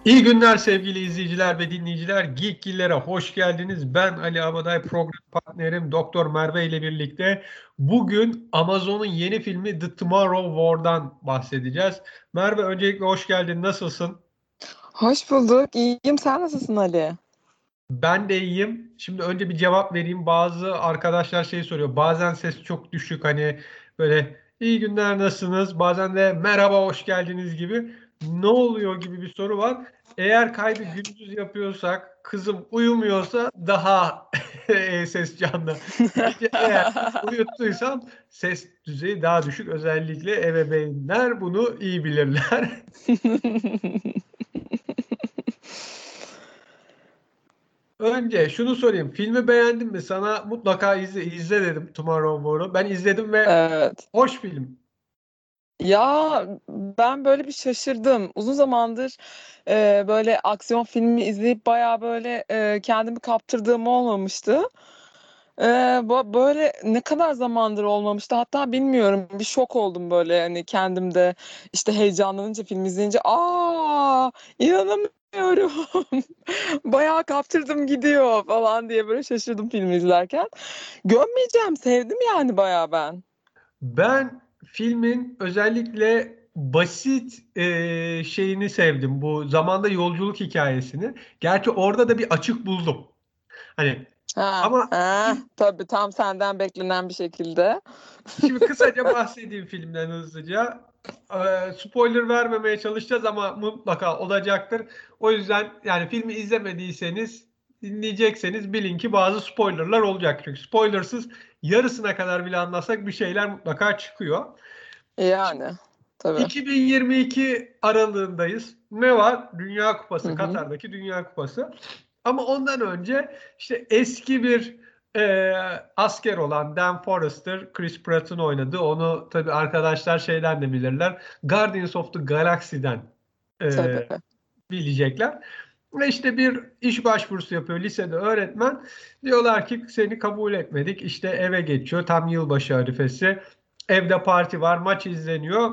İyi günler sevgili izleyiciler ve dinleyiciler. Geekgillere hoş geldiniz. Ben Ali Abaday, program partnerim Doktor Merve ile birlikte bugün Amazon'un yeni filmi The Tomorrow War'dan bahsedeceğiz. Merve, öncelikle hoş geldin. Nasılsın? Hoş bulduk. İyiyim. Sen nasılsın Ali? Ben de iyiyim. Şimdi önce bir cevap vereyim. Bazı arkadaşlar şey soruyor. Bazen ses çok düşük, hani böyle iyi günler nasılsınız? Bazen de merhaba hoş geldiniz gibi. Ne oluyor gibi bir soru var. Eğer kaydı gündüz yapıyorsak, kızım uyumuyorsa daha ses canlı. Gece eğer uyuttuysam ses düzeyi daha düşük. Özellikle ebeveynler bunu iyi bilirler. Önce şunu sorayım. Filmi beğendin mi? Sana mutlaka izle dedim Tomorrow War'u. Ben izledim ve Evet. hoş film. Ya ben böyle bir şaşırdım. Uzun zamandır böyle aksiyon filmi izleyip bayağı böyle kendimi kaptırdığım olmamıştı. E, Böyle ne kadar zamandır olmamıştı. Hatta bilmiyorum, bir şok oldum böyle hani kendimde, işte heyecanlanınca film izleyince inanamıyorum. Bayağı kaptırdım gidiyor falan diye böyle şaşırdım film izlerken. Gömmeyeceğim, sevdim yani bayağı ben. Ben filmin özellikle basit şeyini sevdim. Bu zamanda yolculuk hikayesini. Gerçi orada da bir açık buldum. Hani Ha, ama ha, tabii tam senden beklenen bir şekilde. şimdi kısaca bahsedeyim filmden hızlıca. Spoiler vermemeye çalışacağız ama mutlaka olacaktır. O yüzden yani filmi izlemediyseniz, dinleyecekseniz bilin ki bazı spoilerlar olacak. Çünkü spoilersız yarısına kadar bile anlatsak bir şeyler mutlaka çıkıyor. Şimdi Yani tabii. 2022 aralığındayız. Ne var? Dünya Hı Kupası, hı. Katar'daki Dünya Kupası. Ama ondan önce işte eski bir e, asker olan Dan Forrester, Chris Pratt'ın oynadığı, onu tabii arkadaşlar şeyden de bilirler. Guardians of the Galaxy'den e, Tabii. bilecekler. Ve işte bir iş başvurusu yapıyor lisede öğretmen. Diyorlar ki seni kabul etmedik. İşte eve geçiyor. Tam yılbaşı arifesi. Evde parti var, maç izleniyor.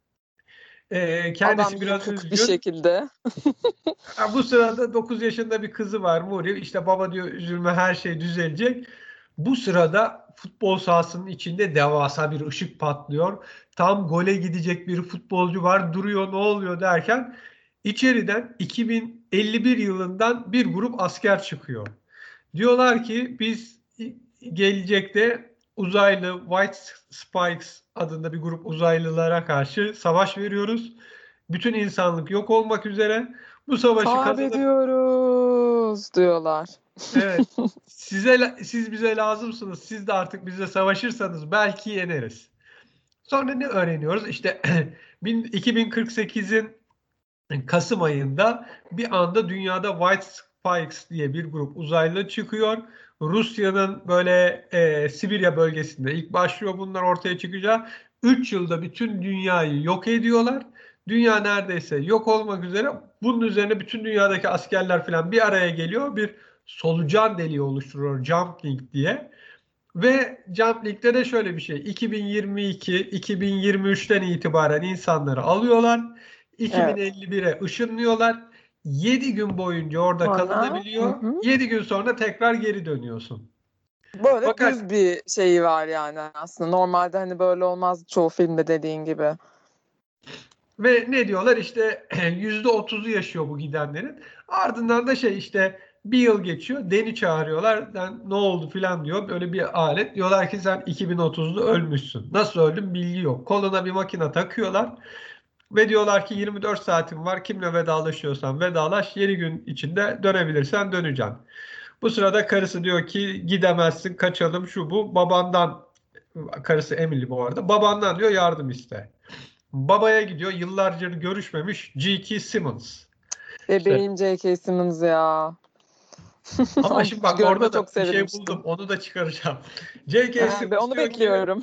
Adam Kendisi biraz yıkık bir üzgün. şekilde. Bu sırada 9 yaşında bir kızı var, Muri. İşte baba diyor, üzülme, her şey düzelecek. Bu sırada futbol sahasının içinde devasa bir ışık patlıyor. Tam gole gidecek bir futbolcu var. Duruyor, ne oluyor derken içeriden 2051 yılından bir grup asker çıkıyor. Diyorlar ki biz gelecekte uzaylı White Spikes adında bir grup uzaylılara karşı savaş veriyoruz. Bütün insanlık yok olmak üzere. Bu savaşı kazanıp Kaybediyoruz diyorlar. evet, siz bize lazımsınız. Siz de artık bize savaşırsanız belki yeneriz. Sonra ne öğreniyoruz? İşte 2048'in Kasım ayında bir anda dünyada White Spikes diye bir grup uzaylı çıkıyor. Rusya'nın böyle Sibirya bölgesinde ilk başlıyor bunlar ortaya çıkacak. 3 yılda bütün dünyayı yok ediyorlar. Dünya neredeyse yok olmak üzere. Bunun üzerine bütün dünyadaki askerler falan bir araya geliyor. Bir solucan deliği oluşturuyor, Jump Link diye. Ve Jump Link'te de şöyle bir şey. 2022-2023'ten itibaren insanları alıyorlar. Evet. 2051'e ışınlıyorlar. 7 gün boyunca orada Sonra hı kalınabiliyor. hı. 7 gün sonra tekrar geri dönüyorsun. Böyle Fakat düz bir şeyi var yani aslında. Normalde hani böyle olmaz çoğu filmde dediğin gibi. ve ne diyorlar işte %30'u yaşıyor bu gidenlerin. Ardından da şey işte bir yıl geçiyor. Deni çağırıyorlar. Lan ne oldu filan diyor. Böyle bir alet. Diyorlar ki sen 2030'da ölmüşsün. Nasıl öldün bilgi yok. Koluna bir makine takıyorlar. Ve diyorlar ki 24 saatin var. Kimle vedalaşıyorsan vedalaş. Yeni gün içinde dönebilirsen döneceksin. Bu sırada karısı diyor ki gidemezsin, kaçalım, şu bu. Babandan, karısı Emily bu arada. Babandan diyor yardım iste. Babaya gidiyor. Yıllarca görüşmemiş G.K. Simmons. İşte Bebeğim J.K. Simmons ya. ama Onu şimdi bak görünce orada da çok bir şey buldum. sevinmiştim. Onu da çıkaracağım. J.K. Simmons Onu diyor ki bekliyorum.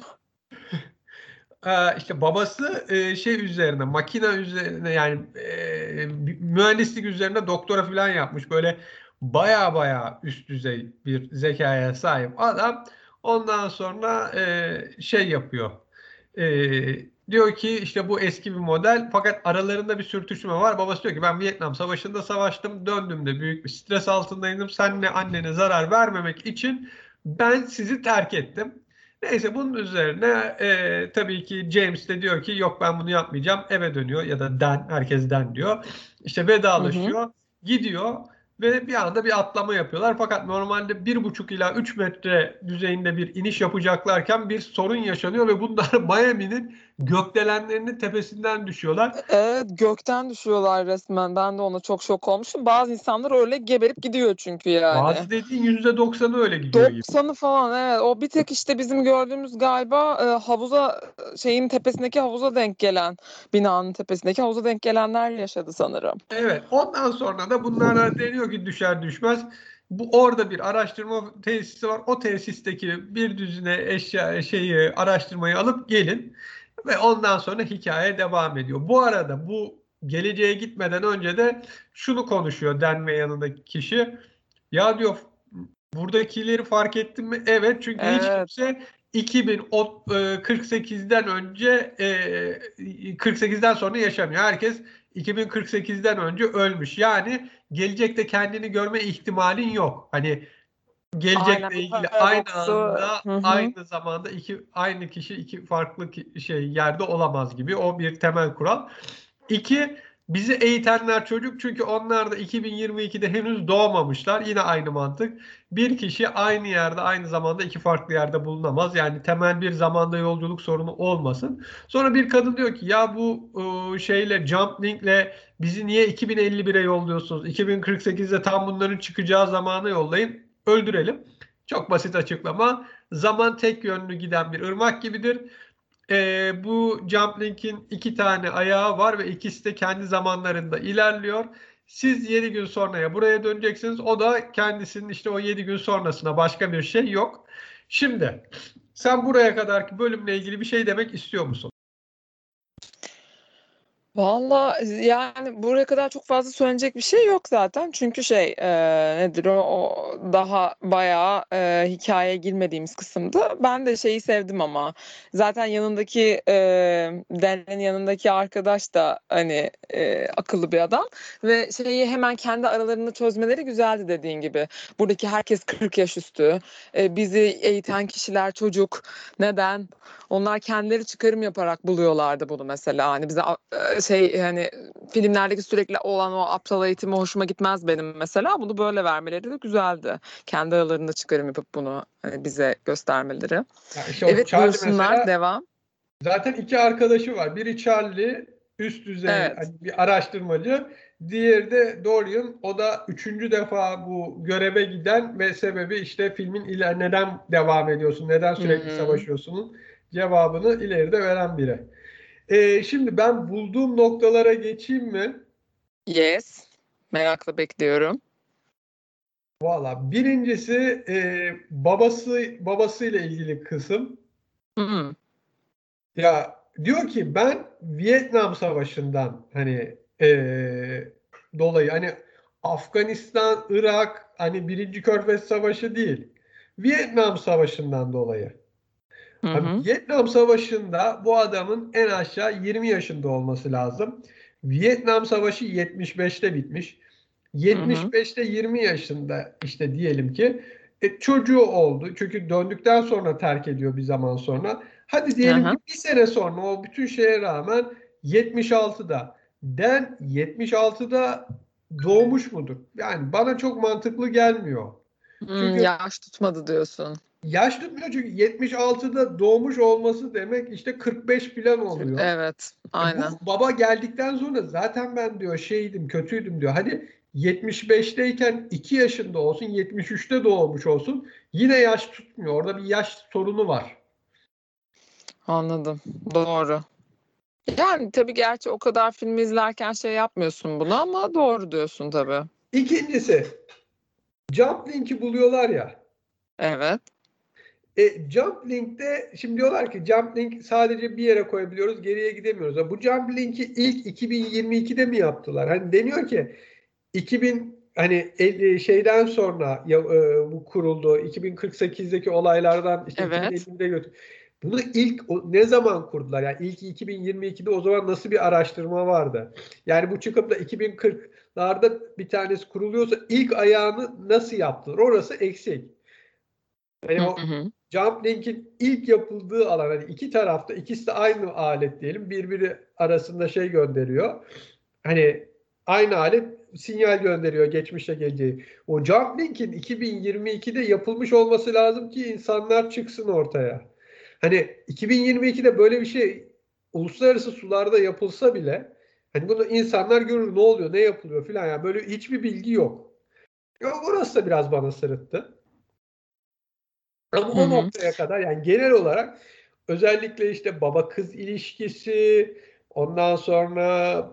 işte babası şey üzerine, makine üzerine, yani mühendislik üzerine doktora falan yapmış. Böyle baya baya üst düzey bir zekaya sahip adam. Ondan sonra şey yapıyor. Diyor ki işte bu eski bir model fakat aralarında bir sürtüşme var. Babası diyor ki ben Vietnam Savaşı'nda savaştım. Döndüğümde büyük bir stres altındaydım. Senle annene zarar vermemek için ben sizi terk ettim. Neyse bunun üzerine tabii ki James de diyor ki yok ben bunu yapmayacağım. Eve dönüyor ya da Dan, herkes Dan diyor. İşte Hı hı. vedalaşıyor, gidiyor ve bir anda bir atlama yapıyorlar. Fakat normalde 1,5 ila 3 metre düzeyinde bir iniş yapacaklarken bir sorun yaşanıyor ve bunlar Miami'nin gökdelenlerinin tepesinden düşüyorlar. Evet, gökten düşüyorlar resmen. Ben de ona çok şok olmuşum. Bazı insanlar öyle geberip gidiyor çünkü yani. Bazı dediğin %90'ı öyle gidiyor gibi. 90'ı falan, evet. O bir tek işte bizim gördüğümüz galiba havuza, şeyin tepesindeki havuza denk gelen, binanın tepesindeki havuza denk gelenler yaşadı sanırım. Evet, ondan sonra da bunlara deniyor ki düşer düşmez. Bu orada bir araştırma tesisi var. O tesisteki bir düzine eşya şeyi araştırmayı alıp gelin ve ondan sonra hikaye devam ediyor. Bu arada bu geleceğe gitmeden önce de şunu konuşuyor Dan ve yanındaki kişi. Ya diyor buradakileri fark ettin mi? Evet, çünkü hiç Evet. kimse 2048'den önce 48'den sonra yaşamıyor. Herkes 2048'den önce ölmüş. Yani gelecekte kendini görme ihtimalin yok. Hani Aynen, gelecekle bu ilgili aynı paradoksu. anda Hı hı. aynı zamanda aynı kişi iki farklı şey yerde olamaz gibi. O bir temel kural. İki, bizi eğitenler çocuk çünkü onlar da 2022'de henüz doğmamışlar. Yine aynı mantık. Bir kişi aynı yerde aynı zamanda iki farklı yerde bulunamaz. Yani temel bir zamanda yolculuk sorunu olmasın. Sonra bir kadın diyor ki ya bu şeyle jump link'le bizi niye 2051'e yolluyorsunuz? 2048'de tam bunların çıkacağı zamana yollayın. Öldürelim. Çok basit açıklama. Zaman tek yönlü giden bir ırmak gibidir. Bu jump link'in iki tane ayağı var ve ikisi de kendi zamanlarında ilerliyor. Siz 7 gün sonraya buraya döneceksiniz. O da kendisinin işte o 7 gün sonrasına başka bir şey yok. Şimdi sen buraya kadarki bölümle ilgili bir şey demek istiyor musun? Valla yani buraya kadar çok fazla söylenecek bir şey yok zaten. Çünkü şey, nedir o daha bayağı hikayeye girmediğimiz kısımdı. Ben de şeyi sevdim ama zaten yanındaki Dan'in yanındaki arkadaş da hani akıllı bir adam ve şeyi hemen kendi aralarında çözmeleri güzeldi dediğin gibi. Buradaki herkes 40 yaş üstü. Bizi eğiten kişiler çocuk. Neden? Onlar kendileri çıkarım yaparak buluyorlardı bunu mesela. Hani bize şey, hani filmlerdeki sürekli olan o aptal eğitimi hoşuma gitmez benim mesela. Bunu böyle vermeleri de güzeldi. Kendi aralarında çıkarım yapıp bunu hani bize göstermeleri. Ya işte o Evet, Charlie buyursunlar, mesela devam. zaten iki arkadaşı var. Biri Charlie üst düzey Evet. hani bir araştırmacı. Diğeri de Dorian. O da üçüncü defa bu göreve giden ve sebebi işte filmin neden devam ediyorsun, neden sürekli Hmm. savaşıyorsunun cevabını ileride veren biri. Şimdi ben bulduğum noktalara geçeyim mi? Yes. Merakla bekliyorum. Valla birincisi babasıyla ilgili kısım. Hmm. Ya diyor ki ben Vietnam Savaşı'ndan hani dolayı hani Afganistan, Irak hani Birinci Körfez Savaşı değil. Vietnam Savaşı'ndan dolayı. Hı Abi, hı. Vietnam Savaşı'nda bu adamın en aşağı 20 yaşında olması lazım. Vietnam Savaşı 75'te bitmiş. Hı hı. 75'te 20 yaşında işte diyelim ki çocuğu oldu. Çünkü döndükten sonra terk ediyor bir zaman sonra. Hadi diyelim ki Aha. bir sene sonra o bütün şeye rağmen 76'da. Den 76'da doğmuş mudur? Yani bana çok mantıklı gelmiyor. Hmm, Çünkü yaş tutmadı diyorsun. yaş tutmuyor çünkü 76'da doğmuş olması demek işte 45 falan oluyor. Evet, Bu aynen. baba geldikten sonra zaten ben diyor şeydim kötüydüm diyor. Hadi 75'teyken 2 yaşında olsun 73'te doğmuş olsun yine yaş tutmuyor. Orada bir yaş sorunu var. Anladım. Doğru. Yani tabii, gerçi o kadar filmi izlerken şey yapmıyorsun bunu ama doğru diyorsun tabii. İkincisi jump link'i buluyorlar ya. Evet. Jump link'te şimdi diyorlar ki jump link sadece bir yere koyabiliyoruz geriye gidemiyoruz. Bu jump link'i ilk 2022'de mi yaptılar? Hani deniyor ki 2000 hani şeyden sonra bu kuruldu. 2048'deki olaylardan işte Evet. 2050'de götür. Bunu ilk ne zaman kurdular? Yani ilk 2022'de o zaman nasıl bir araştırma vardı? Yani bu çıkıp da 2040'larda bir tanesi kuruluyorsa ilk ayağını nasıl yaptılar? Orası eksik. Hani Hı o hı. jump link'in ilk yapıldığı alan, hani iki tarafta, ikisi de aynı alet diyelim. Birbiri arasında şey gönderiyor. Hani aynı alet sinyal gönderiyor geçmişe geleceği. O jump link'in 2022'de yapılmış olması lazım ki insanlar çıksın ortaya. Hani 2022'de böyle bir şey uluslararası sularda yapılsa bile hani bunu insanlar görür, ne oluyor, ne yapılıyor filan, yani böyle hiçbir bilgi yok. Yok, orası da biraz bana sırıttı. Ama Hı o hı. noktaya kadar, yani genel olarak özellikle işte baba kız ilişkisi, ondan sonra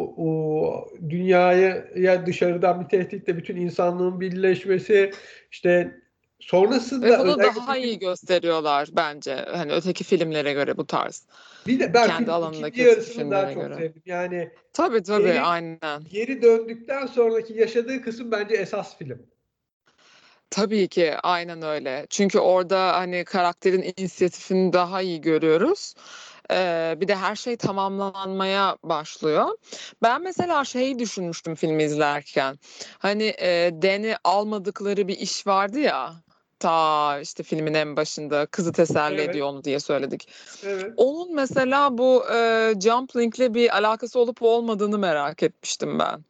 dünyaya dışarıdan bir tehditle bütün insanlığın birleşmesi, işte Ve sonrasında bunu özellikle daha iyi gösteriyorlar bence. Hani öteki filmlere göre bu tarz. bir de ben Kendi filmin ikinci alanındaki öteki yarısını daha filmlere çok göre. sevdim. Yani Tabii tabii aynen. geri döndükten sonraki yaşadığı kısım bence esas film. Tabii ki aynen öyle. Çünkü orada hani karakterin inisiyatifini daha iyi görüyoruz. Bir de her şey tamamlanmaya başlıyor. Ben mesela şeyi düşünmüştüm filmi izlerken. Hani Dan'i almadıkları bir iş vardı ya. Ta işte filmin en başında kızı teselli Evet, ediyor onu diye söyledik. evet. Onun mesela bu Jump Link'le bir alakası olup olmadığını merak etmiştim ben.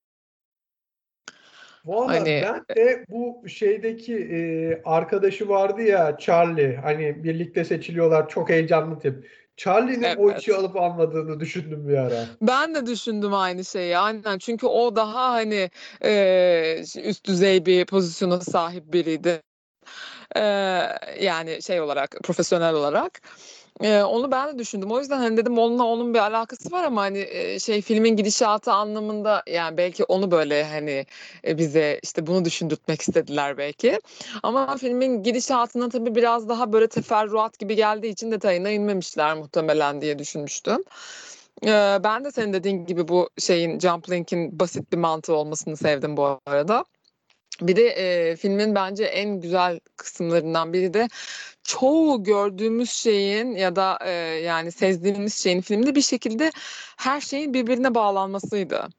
Valla Hani ben de bu şeydeki arkadaşı vardı ya, Charlie, hani birlikte seçiliyorlar, çok heyecanlı tip. Charlie'nin o işi evet. alıp almadığını düşündüm bir ara. Ben de düşündüm aynı şeyi aynen çünkü o daha hani üst düzey bir pozisyona sahip biriydi. Eee, Yani şey olarak profesyonel olarak. Onu ben de düşündüm. O yüzden hani dedim onunla onun bir alakası var ama hani şey filmin gidişatı anlamında yani belki onu böyle hani bize işte bunu düşündürtmek istediler belki. Ama filmin gidişatına tabii biraz daha böyle teferruat gibi geldiği için detayına inmemişler muhtemelen diye düşünmüştüm. Ben de senin dediğin gibi bu şeyin Jump Link'in basit bir mantığı olmasını sevdim bu arada. Bir de filmin bence en güzel kısımlarından biri de çoğu gördüğümüz şeyin ya da yani sezdiğimiz şeyin filmde bir şekilde her şeyin birbirine bağlanmasıydı.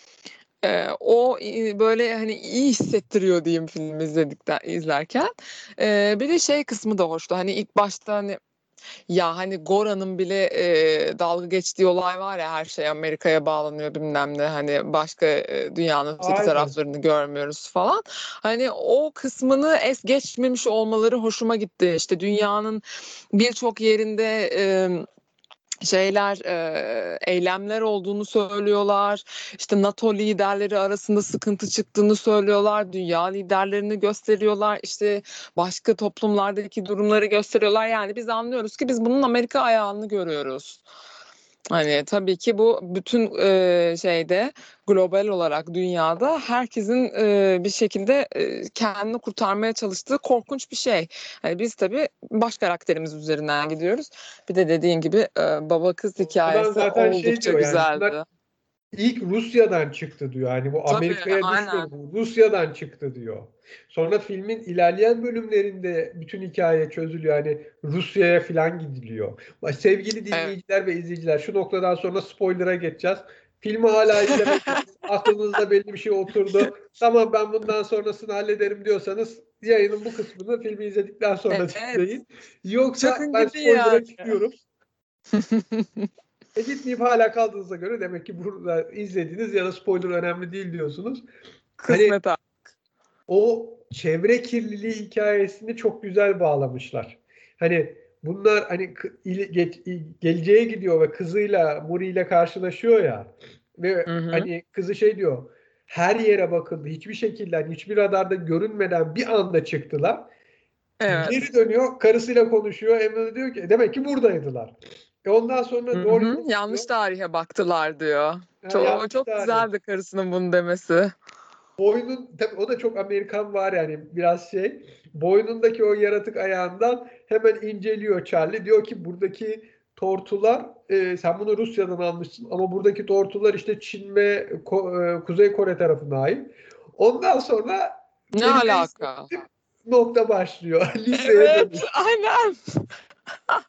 O böyle hani iyi hissettiriyor diyeyim filmi izlerken. Bir de şey kısmı da hoştu. Hani ilk başta hani ya hani Gora'nın bile dalga geçtiği olay var ya her şey Amerika'ya bağlanıyor bilmem ne hani başka dünyanın öteki Aynen. taraflarını görmüyoruz falan. Hani o kısmını es geçmemiş olmaları hoşuma gitti. İşte dünyanın birçok yerinde şeyler eylemler olduğunu söylüyorlar. İşte NATO liderleri arasında sıkıntı çıktığını söylüyorlar. Dünya liderlerini gösteriyorlar. İşte başka toplumlardaki durumları gösteriyorlar. Yani biz anlıyoruz ki biz bunun Amerika ayağını görüyoruz. Hani tabii ki bu bütün şeyde global olarak dünyada herkesin bir şekilde kendini kurtarmaya çalıştığı korkunç bir şey. Hani biz tabii baş karakterimiz üzerinden gidiyoruz. Bir de dediğin gibi baba kız Adam hikayesi zaten şey oldukça diyor, yani bunlar güzeldi. İlk Rusya'dan çıktı diyor. Hani bu Tabii Amerika'ya aynen. düşmedi. Bu Rusya'dan çıktı diyor. Sonra filmin ilerleyen bölümlerinde bütün hikaye çözülüyor. Hani Rusya'ya falan gidiliyor. Sevgili Evet. dinleyiciler ve izleyiciler, şu noktadan sonra spoiler'a geçeceğiz. Filmi hala izlemediniz, aklınızda belli bir şey oturdu. Tamam, ben bundan sonrasını hallederim diyorsanız yayının bu kısmını filmi izledikten sonra Evet. dinleyin. Yoksa Çıkın ben gidin spoiler'a yani. çıkıyorum. Gitmeyip hala kaldığınıza göre demek ki burada izlediniz ya da spoiler önemli değil diyorsunuz. Hani Kısmet abi. o çevre kirliliği hikayesini çok güzel bağlamışlar. Hani bunlar hani geleceğe gidiyor ve kızıyla Muri ile karşılaşıyor ya, ve Hı hı. hani kızı şey diyor, her yere bakıldı, hiçbir şekilde hani hiçbir radarda görünmeden bir anda çıktılar. Geri Evet. dönüyor, karısıyla konuşuyor. Emre diyor ki demek ki buradaydılar. Ondan sonra Hı doğru hı. yolu Yanlış buluyor. tarihe baktılar diyor. Çok, Yanlış çok tarih. güzeldi karısının bunu demesi. Tabii o da çok Amerikan var yani, biraz şey. Boynundaki o yaratık ayağından hemen inceliyor Charlie. Diyor ki buradaki tortular, sen bunu Rusya'dan almışsın ama buradaki tortular işte Çin ve Kuzey Kore tarafına ait. Ondan sonra Ne kelime alaka? istedim, nokta başlıyor. Liseye Evet, dönüş. aynen.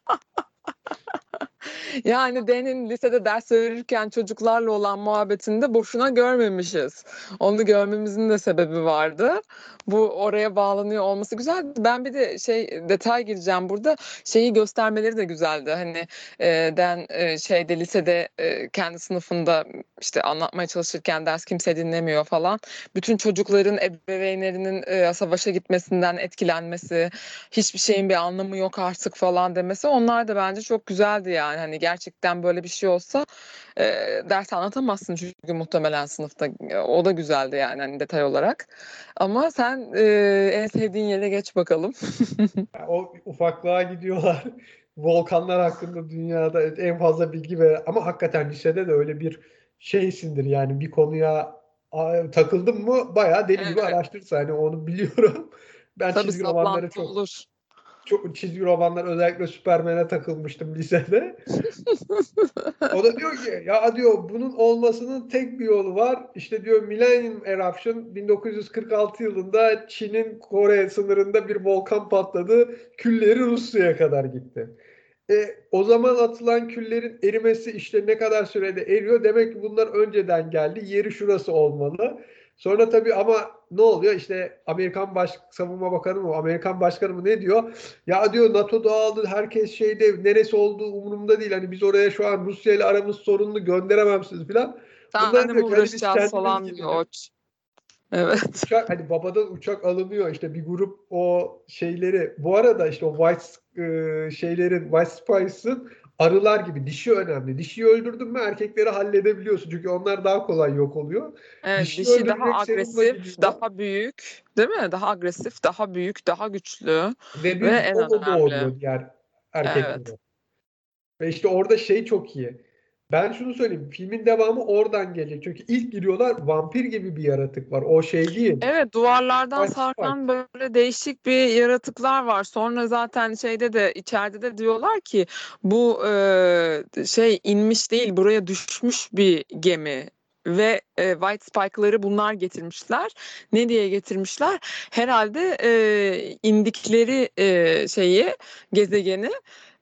Yani Dan'in lisede ders verirken çocuklarla olan muhabbetini de boşuna görmemişiz. Onu görmemizin de sebebi vardı. Bu oraya bağlanıyor olması güzel. Ben bir de detay gireceğim burada. Şeyi göstermeleri de güzeldi. Hani Dan şeyde lisede kendi sınıfında işte anlatmaya çalışırken ders kimse dinlemiyor falan. Bütün çocukların ebeveynlerinin savaşa gitmesinden etkilenmesi, hiçbir şeyin bir anlamı yok artık falan demesi, onlar da bence çok güzeldi yani. Hani gerçekten böyle bir şey olsa e, ders anlatamazsın çünkü muhtemelen sınıfta. O da güzeldi yani hani detay olarak. Ama sen en sevdiğin yere geç bakalım. O ufaklığa gidiyorlar. Volkanlar hakkında dünyada en fazla bilgi veren, ama hakikaten lisede de öyle bir şeysindir yani, bir konuya takıldın mı bayağı deli gibi Evet. araştırırsın. Hani onu biliyorum. Ben Tabii çizgi romanları saplantı çok olur. çok çizgi romanlar, özellikle Superman'e takılmıştım lisede. O da diyor ki ya, diyor, bunun olmasının tek bir yolu var. İşte diyor, Millennium Eruption 1946 yılında Çin'in Kore sınırında bir volkan patladı. Külleri Rusya'ya kadar gitti. O zaman atılan küllerin erimesi işte ne kadar sürede eriyor? Demek ki bunlar önceden geldi. Yeri şurası olmalı. Sonra tabii ama ne oluyor? İşte Savunma Bakanı mı, Amerikan Başkanı mı ne diyor? Ya diyor, NATO dağıldı. Herkes şeyde, neresi olduğu umurumda değil. Hani biz oraya şu an Rusya ile aramız sorunlu, gönderemezsiniz falan. Bunlar Senle mi diyor ki hadi biz uğraşacağız kendimiz falan diyor gidelim. Oç. Evet. Uçak, hani babadan uçak alınıyor, işte bir grup o şeyleri, bu arada işte o White Spice'ın arılar gibi dişi önemli. Dişiyi öldürdün mü erkekleri halledebiliyorsun çünkü onlar daha kolay yok oluyor. Evet, Dişiyi dişi daha öldürecek serumla agresif, gidiyor daha büyük, değil mi? Daha agresif, daha büyük, daha güçlü ve ve bir en logo önemli. doğuruyor diğer Evet. erkeklere. Ve işte orada şey çok iyi. Ben şunu söyleyeyim, filmin devamı oradan gelecek çünkü ilk giriyorlar, vampir gibi bir yaratık var, o şey değil. Evet, duvarlardan White sarkan Spike. böyle değişik bir yaratıklar var. Sonra zaten şeyde de içeride de diyorlar ki bu inmiş değil, buraya düşmüş bir gemi. Ve White Spike'ları bunlar getirmişler. Ne diye getirmişler? Herhalde indikleri gezegeni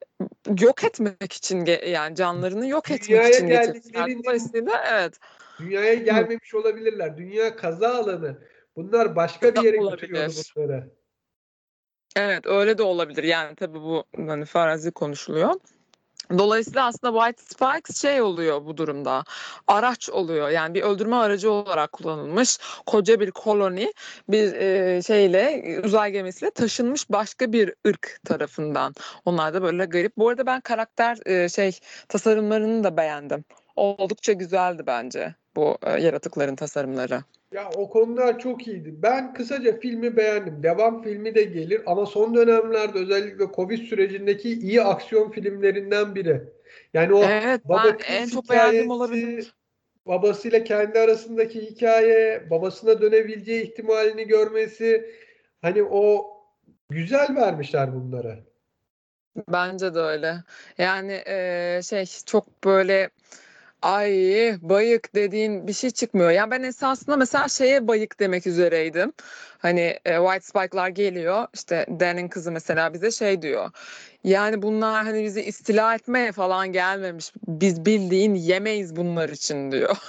yok etmek için, yani canlarını yok etmek Dünyaya için getirmişler. geldiklerinin Dolayısıyla evet. Dünyaya Hı, gelmemiş olabilirler. Dünya kaza alanı. Bunlar başka bir da yere götürüyordu olabilir. bunları. Evet, öyle de olabilir. Yani tabii bu hani farazi konuşuluyor. Dolayısıyla aslında White Spikes oluyor bu durumda. Araç oluyor. Yani bir öldürme aracı olarak kullanılmış. Koca bir koloni bir uzay gemisiyle taşınmış başka bir ırk tarafından. Onlar da böyle garip. Bu arada ben karakter tasarımlarını da beğendim. Oldukça güzeldi bence bu yaratıkların tasarımları. Ya o konular çok iyiydi. Ben kısaca filmi beğendim. Devam filmi de gelir ama son dönemlerde özellikle Covid sürecindeki iyi aksiyon filmlerinden biri. Yani o Evet, ben baba en kız çok beğendiğim olabilir. hikayesi, babasıyla kendi arasındaki hikaye, babasına dönebileceği ihtimalini görmesi, hani o güzel vermişler bunları. Bence de öyle. Yani çok böyle ay bayık dediğin bir şey çıkmıyor. Yani ben esasında mesela bayık demek üzereydim. Hani White Spike'lar geliyor. İşte Dan'in kızı mesela bize diyor. Yani bunlar hani bizi istila etmeye falan gelmemiş. Biz bildiğin yemeyiz bunlar için diyor.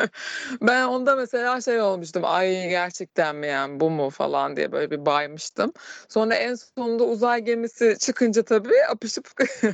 Ben onda mesela olmuştum. Ay gerçekten mi yani bu mu falan diye böyle bir baymıştım. Sonra en sonunda uzay gemisi çıkınca tabii apışıp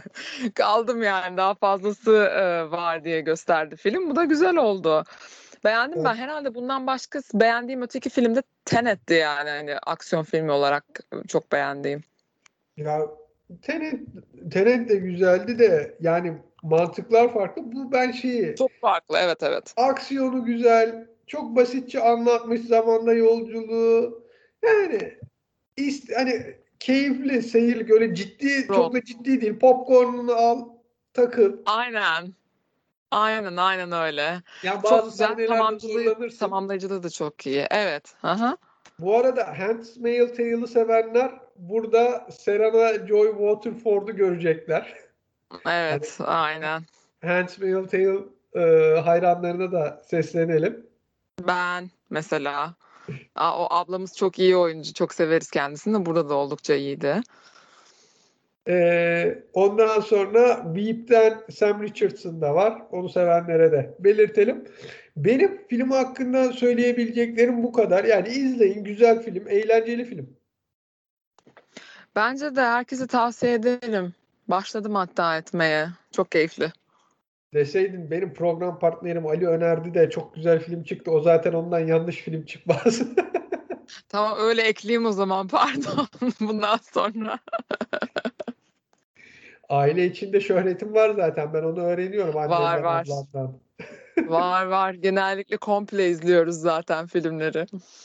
kaldım yani. Daha fazlası var diye gösterdi film. Bu da güzel oldu. Beğendim ben. Herhalde bundan başkası beğendiğim öteki filmde Tenet'ti yani. Hani aksiyon filmi olarak çok beğendiğim. Ya Tenet, Tenet de güzeldi de yani mantıklar farklı. Bu ben şeyi, Çok farklı. Evet, evet. aksiyonu güzel, çok basitçe anlatmış zamanda yolculuğu. Yani hani keyifli seyirlik, öyle ciddi, Rol. çok da ciddi değil. Popcornunu al, takıl. Aynen. Aynen, aynen öyle. Yani bazı Çok güzel sahnelerde zorlanırsın. tamamlayıcılığı da çok iyi. Evet. Aha. Bu arada Handmaid's Tale'ı sevenler burada Serena Joy Waterford'u görecekler. Hani Evet, aynen. Handmaid's Tale hayranlarına da seslenelim. Ben mesela o ablamız çok iyi oyuncu. Çok severiz kendisini. Burada da oldukça iyiydi. Ondan sonra Veep'ten Sam Richardson da var. Onu sevenlere de belirtelim. Benim film hakkında söyleyebileceklerim bu kadar. Yani izleyin, güzel film, eğlenceli film. Bence de herkese tavsiye ederim. Başladım hatta etmeye. Çok keyifli. Deseydin benim program partnerim Ali önerdi de çok güzel film çıktı. O zaten ondan yanlış film çıkmaz. Tamam öyle ekleyeyim o zaman pardon bundan sonra. Aile içinde şöhretim var zaten. Ben onu öğreniyorum Var annemden, var. ablamdan. Var var. Genellikle komple izliyoruz zaten filmleri.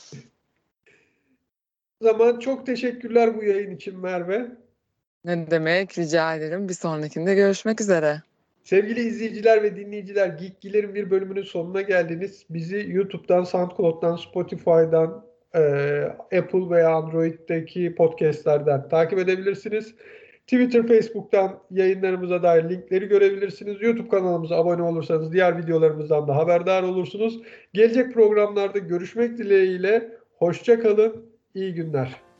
O zaman çok teşekkürler bu yayın için Merve. Ne demek rica ederim. Bir sonrakinde görüşmek üzere. Sevgili izleyiciler ve dinleyiciler, Geekgiler'in bir bölümünün sonuna geldiniz. Bizi YouTube'dan, SoundCloud'dan, Spotify'dan, Apple veya Android'deki podcastlerden takip edebilirsiniz. Twitter, Facebook'tan yayınlarımıza dair linkleri görebilirsiniz. YouTube kanalımıza abone olursanız diğer videolarımızdan da haberdar olursunuz. Gelecek programlarda görüşmek dileğiyle. Hoşça kalın, iyi günler.